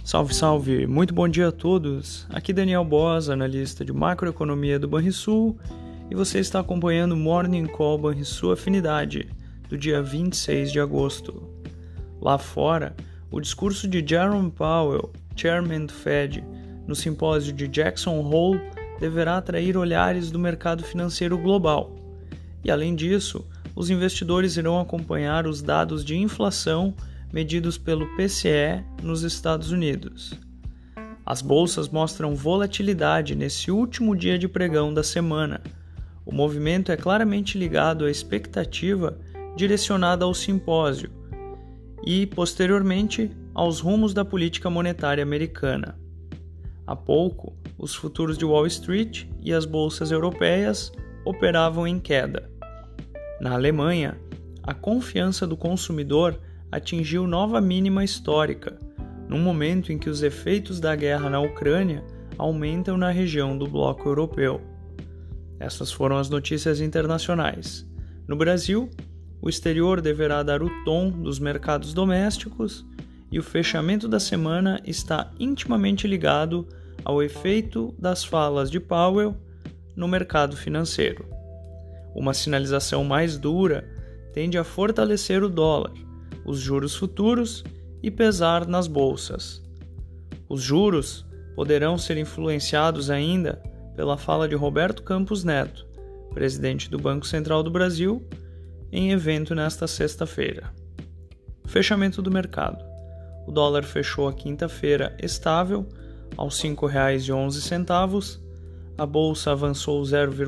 Salve, salve! Muito bom dia a todos! Aqui Daniel Boas, analista de macroeconomia do Banrisul, e você está acompanhando o Morning Call Banrisul Afinidade, do dia 26 de agosto. Lá fora, o discurso de Jerome Powell, chairman do Fed, no simpósio de Jackson Hole, deverá atrair olhares do mercado financeiro global. E além disso, os investidores irão acompanhar os dados de inflação medidos pelo PCE nos Estados Unidos. As bolsas mostram volatilidade nesse último dia de pregão da semana. O movimento é claramente ligado à expectativa direcionada ao simpósio e, posteriormente, aos rumos da política monetária americana. Há pouco, os futuros de Wall Street e as bolsas europeias operavam em queda. Na Alemanha, a confiança do consumidor atingiu nova mínima histórica, num momento em que os efeitos da guerra na Ucrânia aumentam na região do bloco europeu. Essas foram as notícias internacionais. No Brasil, o exterior deverá dar o tom dos mercados domésticos e o fechamento da semana está intimamente ligado ao efeito das falas de Powell no mercado financeiro. Uma sinalização mais dura tende a fortalecer o dólar, os juros futuros e pesar nas bolsas. Os juros poderão ser influenciados ainda pela fala de Roberto Campos Neto, presidente do Banco Central do Brasil, em evento nesta sexta-feira. Fechamento do mercado. O dólar fechou a quinta-feira estável aos R$ 5,11, a bolsa avançou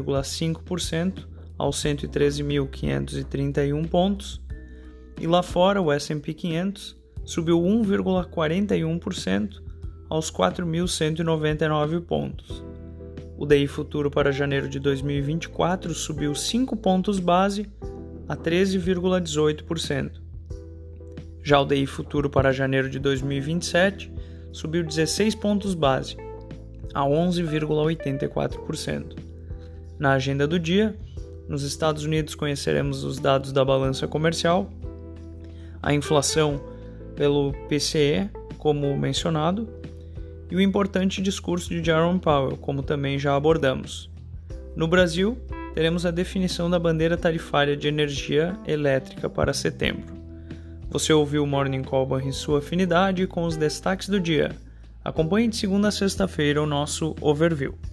0,5% aos 113.531 pontos, e lá fora o S&P 500 subiu 1,41% aos 4.199 pontos. O DI futuro para janeiro de 2024 subiu 5 pontos base a 13,18%. Já o DI futuro para janeiro de 2027 subiu 16 pontos base a 11,84%. Na agenda do dia, nos Estados Unidos conheceremos os dados da balança comercial, a inflação pelo PCE, como mencionado, e o importante discurso de Jerome Powell, como também já abordamos. No Brasil, teremos a definição da bandeira tarifária de energia elétrica para setembro. Você ouviu o Morning Call Banrisul Afinidade com os destaques do dia. Acompanhe de segunda a sexta-feira o nosso overview.